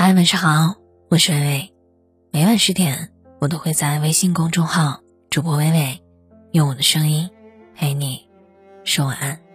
嗨，晚上好，我是微微。每晚10点，我都会在微信公众号主播微微用我的声音陪你说晚安。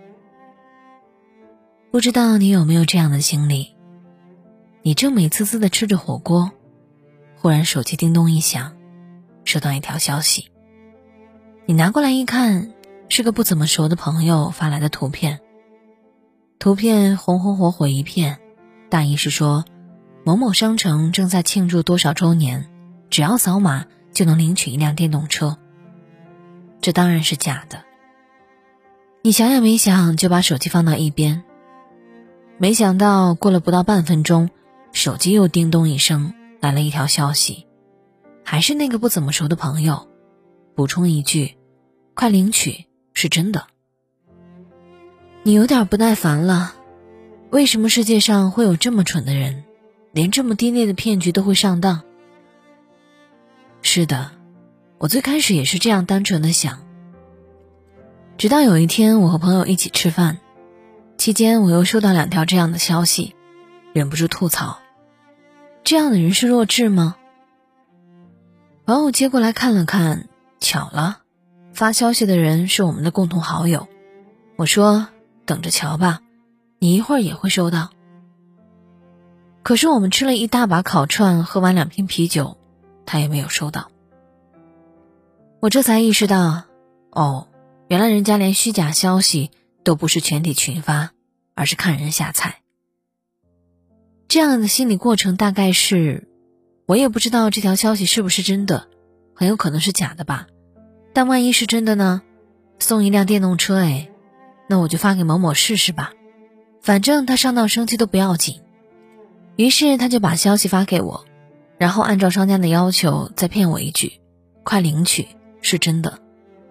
不知道你有没有这样的经历，你正美滋滋地吃着火锅，忽然手机叮咚一响，收到一条消息，你拿过来一看，是个不怎么熟的朋友发来的图片。图片红红火火一片，大意是说某某商城正在庆祝多少周年，只要扫码就能领取一辆电动车。这当然是假的。你想也没想就把手机放到一边，没想到过了不到半分钟，手机又叮咚一声来了一条消息，还是那个不怎么熟的朋友，补充一句，快领取，是真的。你有点不耐烦了，为什么世界上会有这么蠢的人，连这么低劣的骗局都会上当？是的，我最开始也是这样单纯的想。直到有一天我和朋友一起吃饭，期间我又收到2条这样的消息，忍不住吐槽，这样的人是弱智吗？朋友接过来看了看，巧了，发消息的人是我们的共同好友。我说等着瞧吧，你一会儿也会收到。可是我们吃了一大把烤串，喝完2瓶啤酒，他也没有收到。我这才意识到，原来人家连虚假消息都不是全体群发，而是看人下菜。这样的心理过程大概是，我也不知道这条消息是不是真的，很有可能是假的吧，但万一是真的呢？送一辆电动车，那我就发给某某试试吧，反正他上当生气都不要紧。于是他就把消息发给我，然后按照商家的要求再骗我一句，快领取，是真的。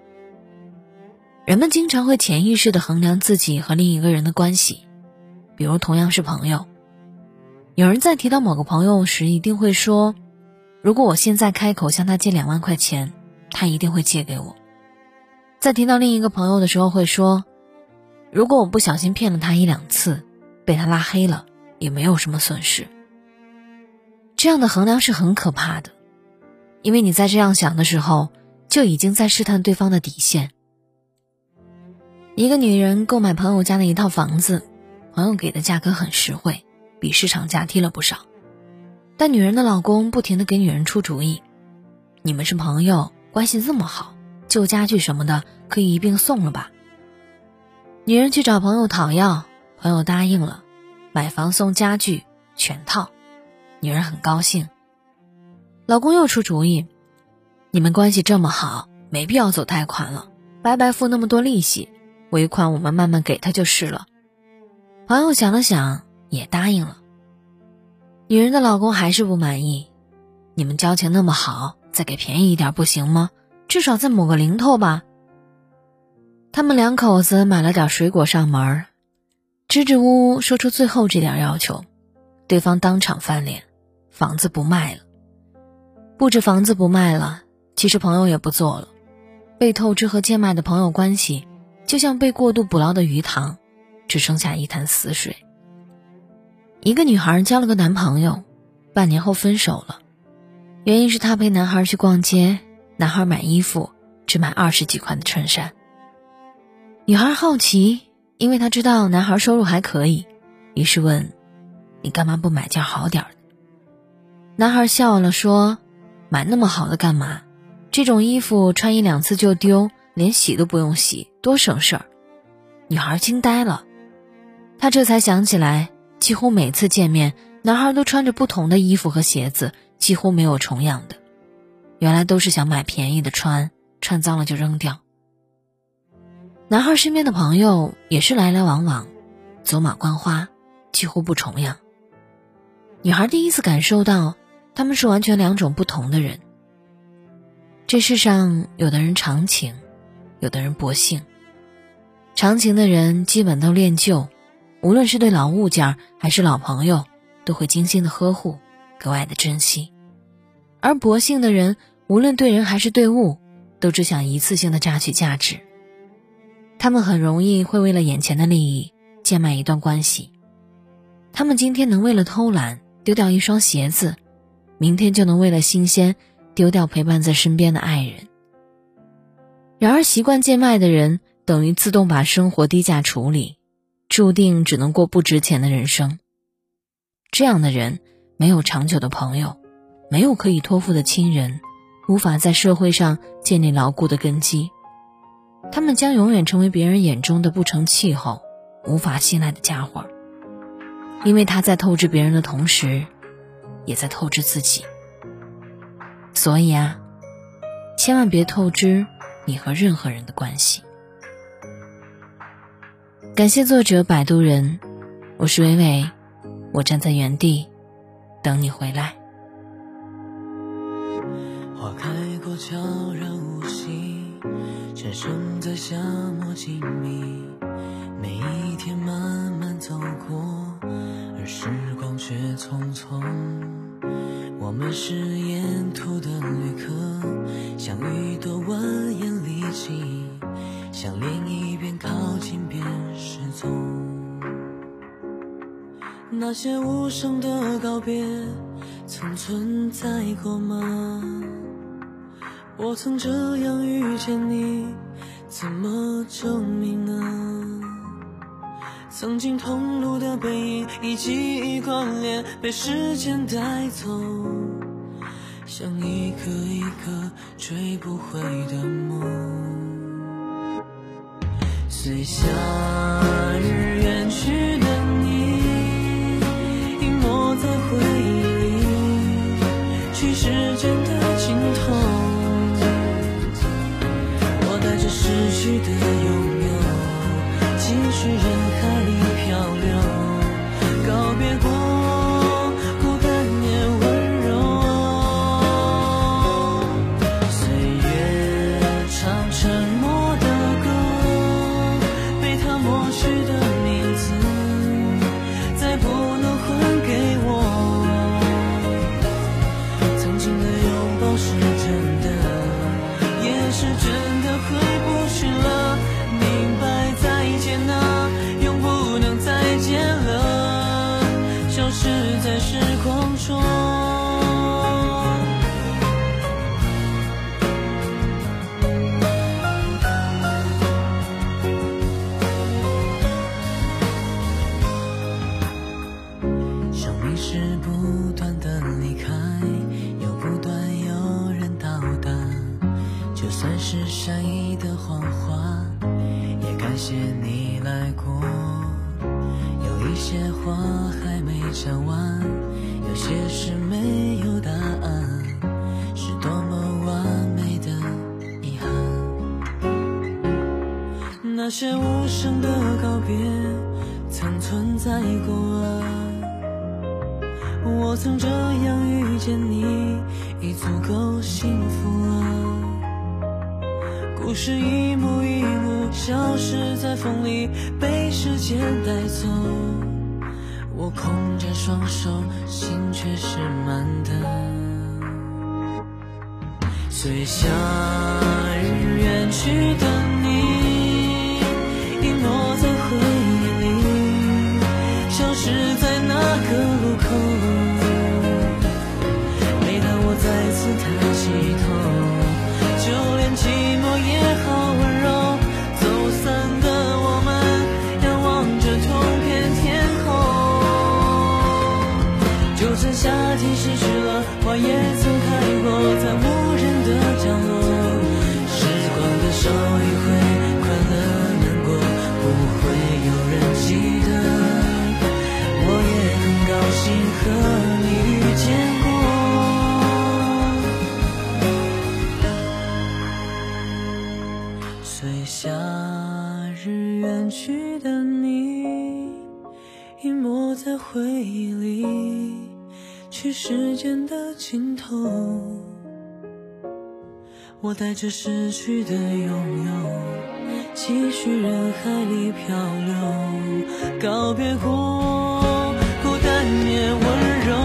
人们经常会潜意识地衡量自己和另一个人的关系，比如同样是朋友，有人在提到某个朋友时一定会说，如果我现在开口向他借2万块钱，他一定会借给我。在提到另一个朋友的时候会说，如果我不小心骗了他1-2次，被他拉黑了，也没有什么损失。这样的衡量是很可怕的，因为你在这样想的时候，就已经在试探对方的底线。一个女人购买朋友家的一套房子，朋友给的价格很实惠，比市场价低了不少。但女人的老公不停地给女人出主意，你们是朋友，关系这么好，旧家具什么的可以一并送了吧。女人去找朋友讨要，朋友答应了，买房送家具全套，女人很高兴。老公又出主意，你们关系这么好，没必要走贷款了，白白付那么多利息，尾款我们慢慢给他就是了。朋友想了想，也答应了。女人的老公还是不满意，你们交情那么好，再给便宜一点不行吗？至少再抹个零头吧。他们2口子买了点水果上门，支支吾吾说出最后这点要求，对方当场翻脸，房子不卖了。不止房子不卖了，其实朋友也不做了。被透支和贱卖的朋友关系，就像被过度捕捞的鱼塘，只剩下一潭死水。一个女孩交了个男朋友，半年后分手了，原因是她陪男孩去逛街，男孩买衣服只买20几块的衬衫。女孩好奇，因为她知道男孩收入还可以，于是问，你干嘛不买件好点的？男孩笑了说，买那么好的干嘛？这种衣服穿1-2次就丢，连洗都不用洗，多省事儿。女孩惊呆了，她这才想起来，几乎每次见面，男孩都穿着不同的衣服和鞋子，几乎没有重样的。原来都是想买便宜的穿脏了就扔掉。男孩身边的朋友也是来来往往，走马观花，几乎不重样。女孩第一次感受到，他们是完全2种不同的人。这世上有的人长情，有的人薄幸。长情的人基本都恋旧，无论是对老物件还是老朋友，都会精心的呵护，格外的珍惜。而薄幸的人，无论对人还是对物，都只想一次性的榨取价值。他们很容易会为了眼前的利益贱卖一段关系。他们今天能为了偷懒丢掉一双鞋子，明天就能为了新鲜丢掉陪伴在身边的爱人。然而习惯贱卖的人等于自动把生活低价处理，注定只能过不值钱的人生。这样的人没有长久的朋友，没有可以托付的亲人，无法在社会上建立牢固的根基。他们将永远成为别人眼中的不成气候、无法信赖的家伙，因为他在透支别人的同时，也在透支自己。所以啊，千万别透支你和任何人的关系。感谢作者摆渡人，我是伟伟，我站在原地等你回来。 花开过悄然无息，沉生在夏末静谧，每一天慢慢走过，而时光却匆匆。我们是沿途的旅客，相遇多蜿蜒历迹，像涟漪边靠近边失踪。那些无声的告别曾存在过吗？我曾这样遇见你，怎么证明呢？曾经同路的背影，以记忆关联，被时间带走，像一个一个追不回的梦。随夏日远去的你，隐没在回忆里，去时间的尽头。我带着失去的拥有，继续人海里漂流，告别过孤单也温柔。岁月唱沉默的歌，被它抹去的名字，再不能还给我。曾经的拥抱是真的，也是真的回不去了。明白再见啊，永不能再见了，消失在时光中。生命是不断的离开，又不断有人到达，就算是善意的谎话，也感谢你来过。有一些话还没讲完，有些事没有答案，是多么完美的遗憾。那些无声的告别曾存在过啊，我曾这样遇见你，已足够幸福了。故事一幕一幕消失在风里，被时间带走。我空着双手，心却是满的。随夏日远去的你，隐没在回忆里，消失在那个路口。每当我再次抬起头，就连寂寞也好温柔。走散的我们，仰望着同片天空。就算夏天失去了，花也曾开过，在无人的角落。时光的手一挥，快乐难过，不会有人记得。我也很高兴和你遇见过。随夏日远去的你，隐没在回忆里，去时间的尽头。我带着失去的拥有，继续人海里漂流，告别过孤单也温柔。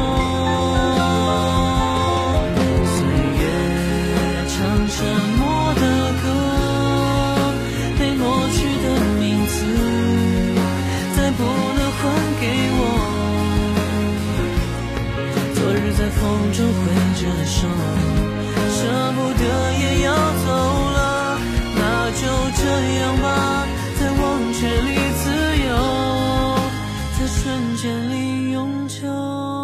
岁月唱沉默的歌，被抹去的名字，再不能还给我。 在风中挥着手，舍不得也要走了，那就这样吧，在忘却里自由，在瞬间里永久。